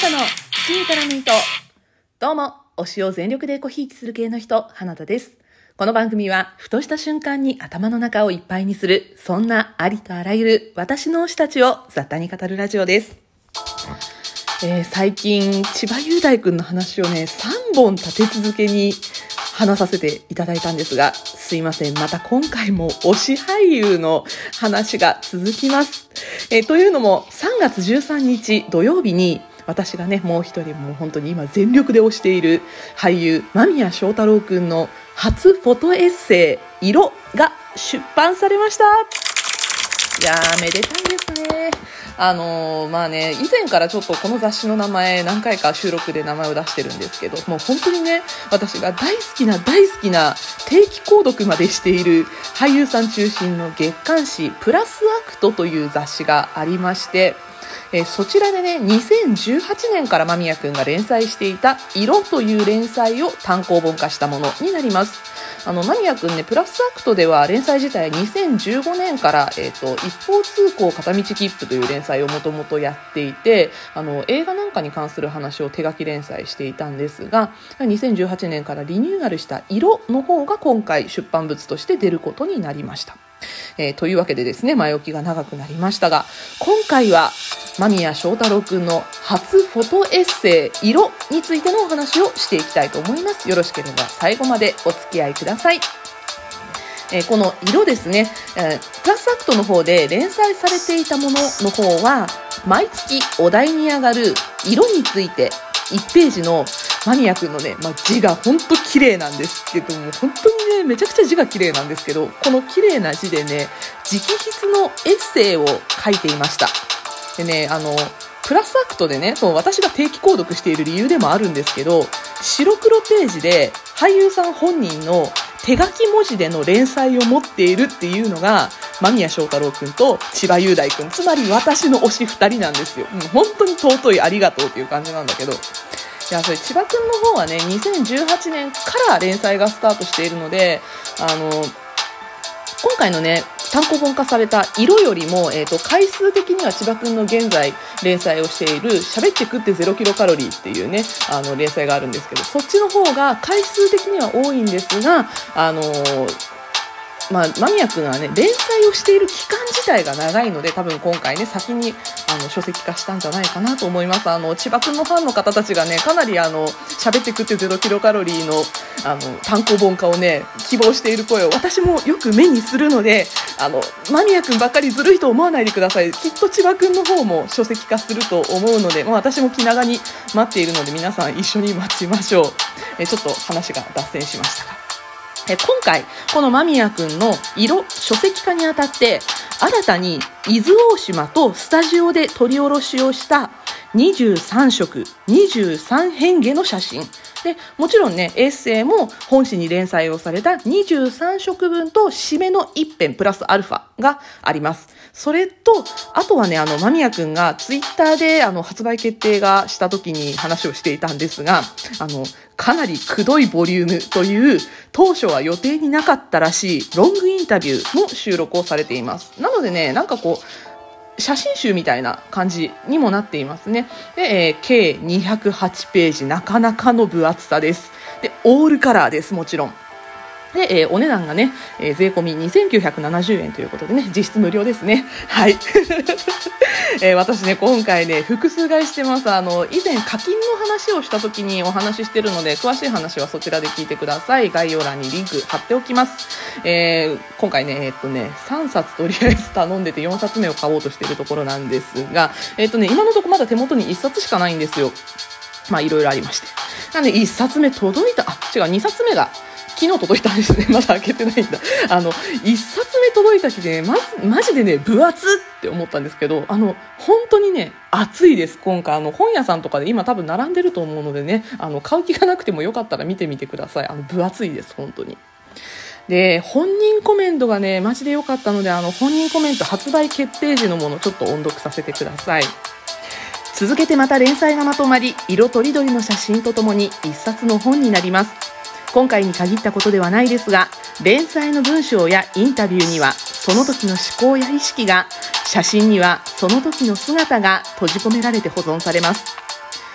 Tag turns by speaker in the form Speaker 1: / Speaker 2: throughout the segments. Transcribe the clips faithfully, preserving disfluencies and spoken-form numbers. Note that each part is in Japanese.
Speaker 1: たの口に絡む糸。どうも、推しを全力でエコひいきする系の人、花田です。この番組は、ふとした瞬間に頭の中をいっぱいにする、そんなありとあらゆる私の推したちを雑多に語るラジオです。えー、最近、千葉雄大くんの話をね、さんぼん立て続けに話させていただいたんですが、すいません。また今回も推し俳優の話が続きます。えー、というのも、さんがつじゅうさんにち土曜日に、私がね、もう一人もう本当に今全力で推している俳優、間宮祥太朗くんの初フォトエッセイ、色が出版されました。いやー、めでたいですね。あのー、まあね、以前からちょっとこの雑誌の名前何回か収録で名前を出してるんですけど、もう本当にね、私が大好きな大好きな定期購読までしている俳優さん中心の月刊誌プラスアクトという雑誌がありまして、えー、そちらでね、にせんじゅうはちねんから間宮くんが連載していた色という連載を単行本化したものになります。あの間宮くんね、プラスアクトでは連載自体にせんじゅうごねんから、えーと、一方通行片道切符という連載をもともとやっていて、あの映画なんかに関する話を手書き連載していたんですが、にせんじゅうはちねんからリニューアルした色の方が今回出版物として出ることになりました。えー、というわけでですね、前置きが長くなりましたが、今回は間宮祥太朗くんの初フォトエッセイ色についてのお話をしていきたいと思います。よろしければ最後までお付き合いください。えー、この色ですね、えー、プラスアクトの方で連載されていたものの方は、毎月お題に上がる色についていちページの間宮くんのね、まあ、字が本当綺麗なんですけども、本当にね、めちゃくちゃ字が綺麗なんですけど、この綺麗な字でね、直筆のエッセイを書いていました。でね、あの、プラスアクトでね、そう、私が定期購読している理由でもあるんですけど、白黒ページで俳優さん本人の手書き文字での連載を持っているっていうのが、間宮祥太朗くんと千葉雄大くん、つまり私の推し二人なんですよ。うん、本当に尊いありがとうっていう感じなんだけど、いや、それ千葉くんの方はね、にせんじゅうはちねんから連載がスタートしているので、あの、今回のね、単行本化された色よりも、えっと、回数的には千葉くんの現在連載をしている喋って食ってゼロキロカロリーっていうね、あの、連載があるんですけど、そっちの方が回数的には多いんですが、あのー、まあ、間宮くんはね、連載をしている期間自体が長いので、多分今回ね、先にあの書籍化したんじゃないかなと思います。あの、千葉くんのファンの方たちがね、かなりあの、喋って食ってゼロキロカロリーの、あの、単行本化をね、希望している声を私もよく目にするので、あの、間宮くんばっかりずるいと思わないでください。きっと千葉くんの方も書籍化すると思うので、まあ、私も気長に待っているので、皆さん一緒に待ちましょう。え、ちょっと話が脱線しましたが。え今回この間宮くんの色書籍化にあたって、新たに伊豆大島とスタジオで撮り下ろしをしたにじゅうさんしょくにじゅうさんへんげの写真で、もちろんね、エッセイも本誌に連載をされたにじゅうさんしょくぶんと締めのいっぺんプラスアルファがあります。それと、あとはね、あの、間宮くんがツイッターであの発売決定がした時に話をしていたんですが、あの、かなりくどいボリュームという、当初は予定になかったらしいロングインタビューの収録をされています。なのでね、なんかこう、写真集みたいな感じにもなっていますね。で、えー、計にひゃくはちページ、なかなかの分厚さです。で、オールカラーです、もちろん。で、えー、お値段がね、えー、税込みにせんきゅうひゃくななじゅうえんということでね、実質無料ですね。はい。えー、私ね、今回ね、複数買いしてます。あの、以前課金の話をした時にお話ししてるので、詳しい話はそちらで聞いてください。概要欄にリンク貼っておきます。えー、今回ね、えー、っとね、さんさつとりあえず頼んでてよんさつめを買おうとしているところなんですが、えー、っとね、今のところまだ手元にいっさつしかないんですよ。まあ、いろいろありまして。なんで、いっさつめ届いた、あ、違う、にさつめが、昨日届いたんですね。まだ開けてないんだ。あの、一冊目届いた日で、まず、マジでね、分厚って思ったんですけど、あの、本当にね、厚いです。今回、あの、本屋さんとかで今多分並んでると思うのでね、あの、買う気がなくてもよかったら見てみてください。あの、分厚いです、本当に。で、本人コメントがね、マジで良かったので、あの、本人コメント発売決定時のもの、ちょっと音読させてください。続けてまた連載がまとまり、色とりどりの写真とともに一冊の本になります。今回に限ったことではないですが、連載の文章やインタビューにはその時の思考や意識が、写真にはその時の姿が閉じ込められて保存されます。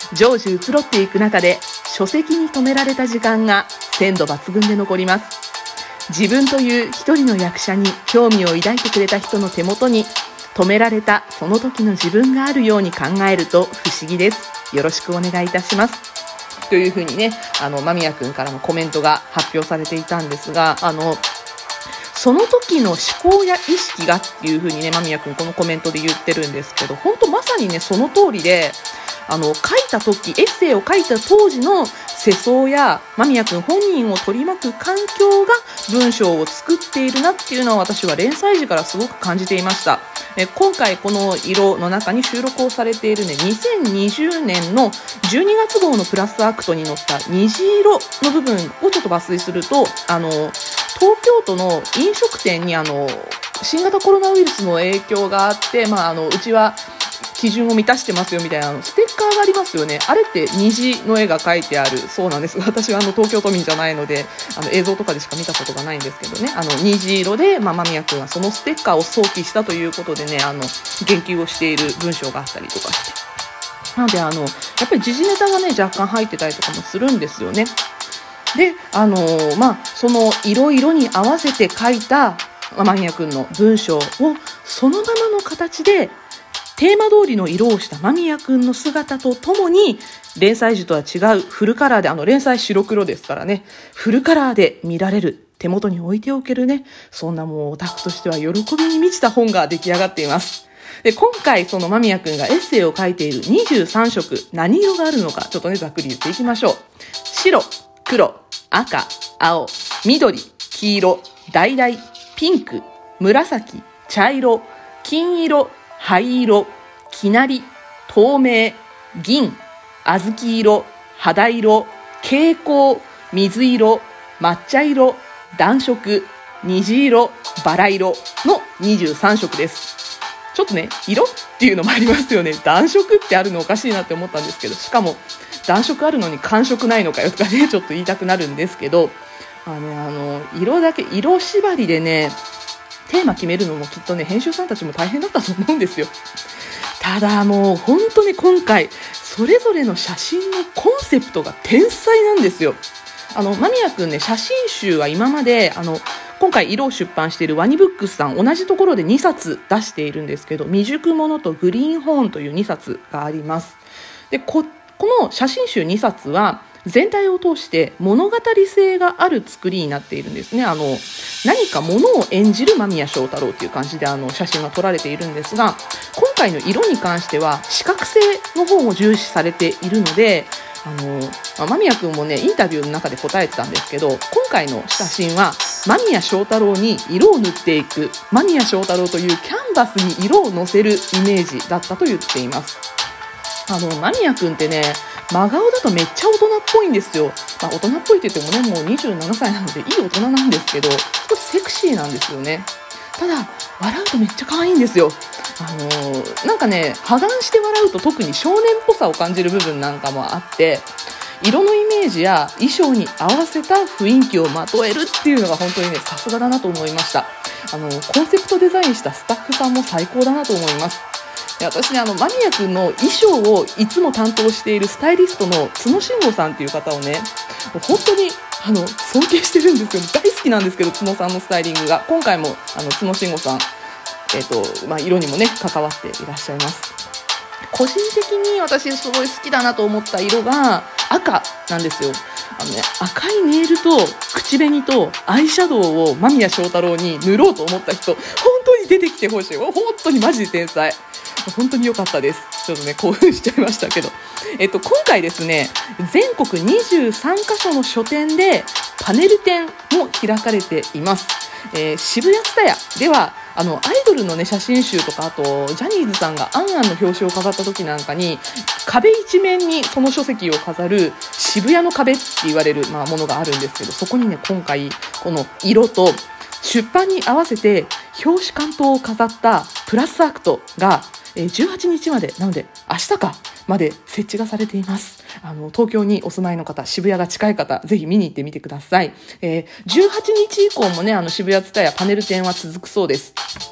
Speaker 1: 常時移ろっていく中で書籍に留められた時間が鮮度抜群で残ります。自分という一人の役者に興味を抱いてくれた人の手元に留められたその時の自分があるように考えると不思議です。よろしくお願いいたします。というふうにね、あの間宮くんからのコメントが発表されていたんですが、あのその時の思考や意識がっていうふうにね、間宮くんこのコメントで言ってるんですけど、本当まさにねその通りで、あの書いた時、エッセイを書いた当時の世相や間宮くん本人を取り巻く環境が文章を作っているなっていうのは私は連載時からすごく感じていました。え今回この色の中に収録をされているね、にせんにじゅうねんのじゅうにがつ号のプラスアクトに載った虹色の部分をちょっと抜粋すると、あの東京都の飲食店にあの新型コロナウイルスの影響があって、まあ、あのうちは基準を満たしてますよみたいなあのステッカーがありますよね。あれって虹の絵が描いてあるそうなんですが、私はあの東京都民じゃないのであの映像とかでしか見たことがないんですけどね、あの虹色で、まあ、間宮くんはそのステッカーを想起したということでね、あの言及をしている文章があったりとかして、なのであのやっぱり時事ネタがね若干入ってたりとかもするんですよね。で、あのー、まあその色々に合わせて書いた間宮くんの文章をそのままの形でテーマ通りの色をした間宮くんの姿とともに、連載時とは違うフルカラーで、あの連載白黒ですからね、フルカラーで見られる、手元に置いておけるね、そんなもうオタクとしては喜びに満ちた本が出来上がっています。で、今回その間宮くんがエッセイを書いているにじゅうさんしょく、何色があるのかちょっとねざっくり言っていきましょう。白、黒、赤、青、緑、黄色、橙、ピンク、紫、茶色、金色、灰色、きなり、透明、銀、小豆色、肌色、蛍光、水色、抹茶色、暖色、虹色、バラ色のにじゅうさんしょくです。ちょっとね、色っていうのもありますよね。暖色ってあるのおかしいなって思ったんですけど、しかも暖色あるのに寒色ないのかよとかね、ちょっと言いたくなるんですけど、あの、あの色だけ、色縛りでね、テーマ決めるのもきっとね、編集さんたちも大変だったと思うんですよ。ただもう本当に今回、それぞれの写真のコンセプトが天才なんですよ。あの、間宮くんね、写真集は今まで、あの、今回色を出版しているワニブックスさん、同じところでにさつ出しているんですけど、未熟者とグリーンホーンというにさつがあります。で、こ、この写真集にさつは、全体を通して物語性がある作りになっているんですね。あの何か物を演じる間宮祥太朗という感じであの写真が撮られているんですが、今回の色に関しては視覚性の方も重視されているので、あの、まあ、間宮くんもねインタビューの中で答えてたんですけど、今回の写真は間宮祥太朗に色を塗っていく、間宮祥太朗というキャンバスに色をのせるイメージだったと言っています。あの間宮くんってね、真顔だとめっちゃ大人っぽいんですよ。まあ、大人っぽいって言ってもね、もうにじゅうななさいなのでいい大人なんですけど、少しセクシーなんですよね。ただ笑うとめっちゃ可愛いんですよ。あのー、なんかね、破顔して笑うと特に少年っぽさを感じる部分なんかもあって、色のイメージや衣装に合わせた雰囲気をまとえるっていうのが本当にね、さすがだなと思いました。あのコンセプトデザインしたスタッフさんも最高だなと思います。私ね、あの間宮くんの衣装をいつも担当しているスタイリストの角慎吾さんっていう方をね、本当にあの尊敬してるんですよ。大好きなんですけど、角さんのスタイリングが。今回もあの角慎吾さん、えーとまあ、色にもね関わっていらっしゃいます。個人的に私すごい好きだなと思った色が赤なんですよ。あのね、赤いネイルと口紅とアイシャドウを間宮祥太朗に塗ろうと思った人、本当に出てきてほしい。本当にマジで天才。本当に良かったです。ちょっとね興奮しちゃいましたけど、えっと今回ですね、全国にじゅうさんかしょの書店でパネル展も開かれています。えー、渋谷ツタヤではあのアイドルのね写真集とか、あとジャニーズさんがアンアンの表紙を飾った時なんかに壁一面にその書籍を飾る渋谷の壁って言われる、まあ、ものがあるんですけど、そこにね今回この色と出版に合わせて表紙関東を飾ったプラスアクトがじゅうはちにちまで、なので明日かまで設置がされています。あの東京にお住まいの方、渋谷が近い方、ぜひ見に行ってみてください。えー、じゅうはちにち以降もね、あの渋谷ツタヤパネル展は続くそうです。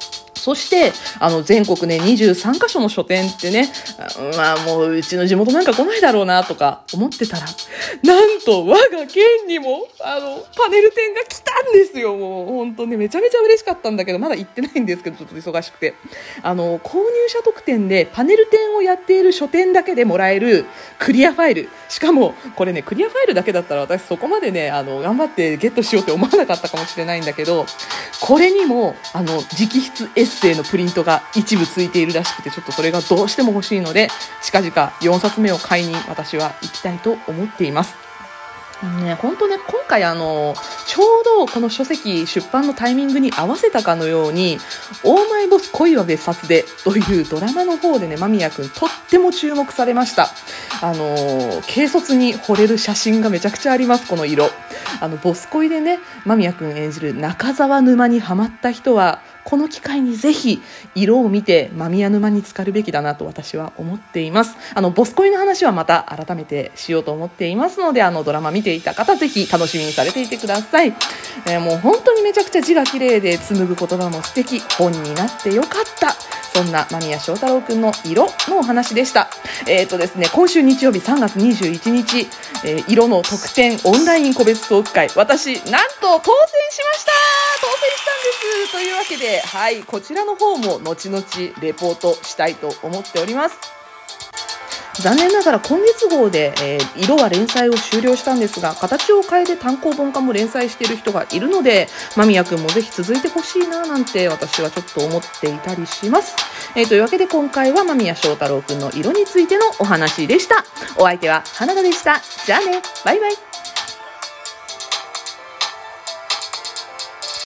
Speaker 1: そして、あの、全国ね、にじゅうさんカ所の書店ってね、まあもう、うちの地元なんか来ないだろうな、とか思ってたら、なんと、我が県にも、あの、パネル展が来たんですよ。もう、本当ね、めちゃめちゃ嬉しかったんだけど、まだ行ってないんですけど、ちょっと忙しくて。あの、購入者特典で、パネル展をやっている書店だけでもらえるクリアファイル。しかも、これね、クリアファイルだけだったら、私そこまでね、あの、頑張ってゲットしようって思わなかったかもしれないんだけど、これにも、あの、直筆エッセイのプリントが一部ついているらしくて、ちょっとそれがどうしても欲しいので、近々よんさつめを買いに私は行きたいと思っています。あのね、本当ね、今回あの、ちょうどこの書籍出版のタイミングに合わせたかのように、オーマイボス恋は別冊でというドラマの方でね、間宮くんとっても注目されました。あの、軽率に惚れる写真がめちゃくちゃあります、この色。あの、ボス恋でね、間宮くん演じる中沢沼にハマった人は、この機会にぜひ色を見て間宮沼に浸かるべきだなと私は思っています。あのボス恋の話はまた改めてしようと思っていますので、あのドラマ見ていた方ぜひ楽しみにされていてください。えー、もう本当にめちゃくちゃ字が綺麗で紡ぐ言葉も素敵、本になってよかった、そんな間宮祥太朗くんの色のお話でした。えーとですね、今週日曜日さんがつにじゅういちにち、えー、色の特典オンライン個別トーク会、私なんと当選しました当選したんです。というわけで、はい、こちらの方も後々レポートしたいと思っております。残念ながら今月号で、えー、色は連載を終了したんですが、形を変えて単行本化も連載している人がいるので、間宮くんもぜひ続いてほしいななんて私はちょっと思っていたりします。えー、というわけで今回は間宮祥太朗くんの色についてのお話でした。お相手は花田でした。じゃあね、バイバイ。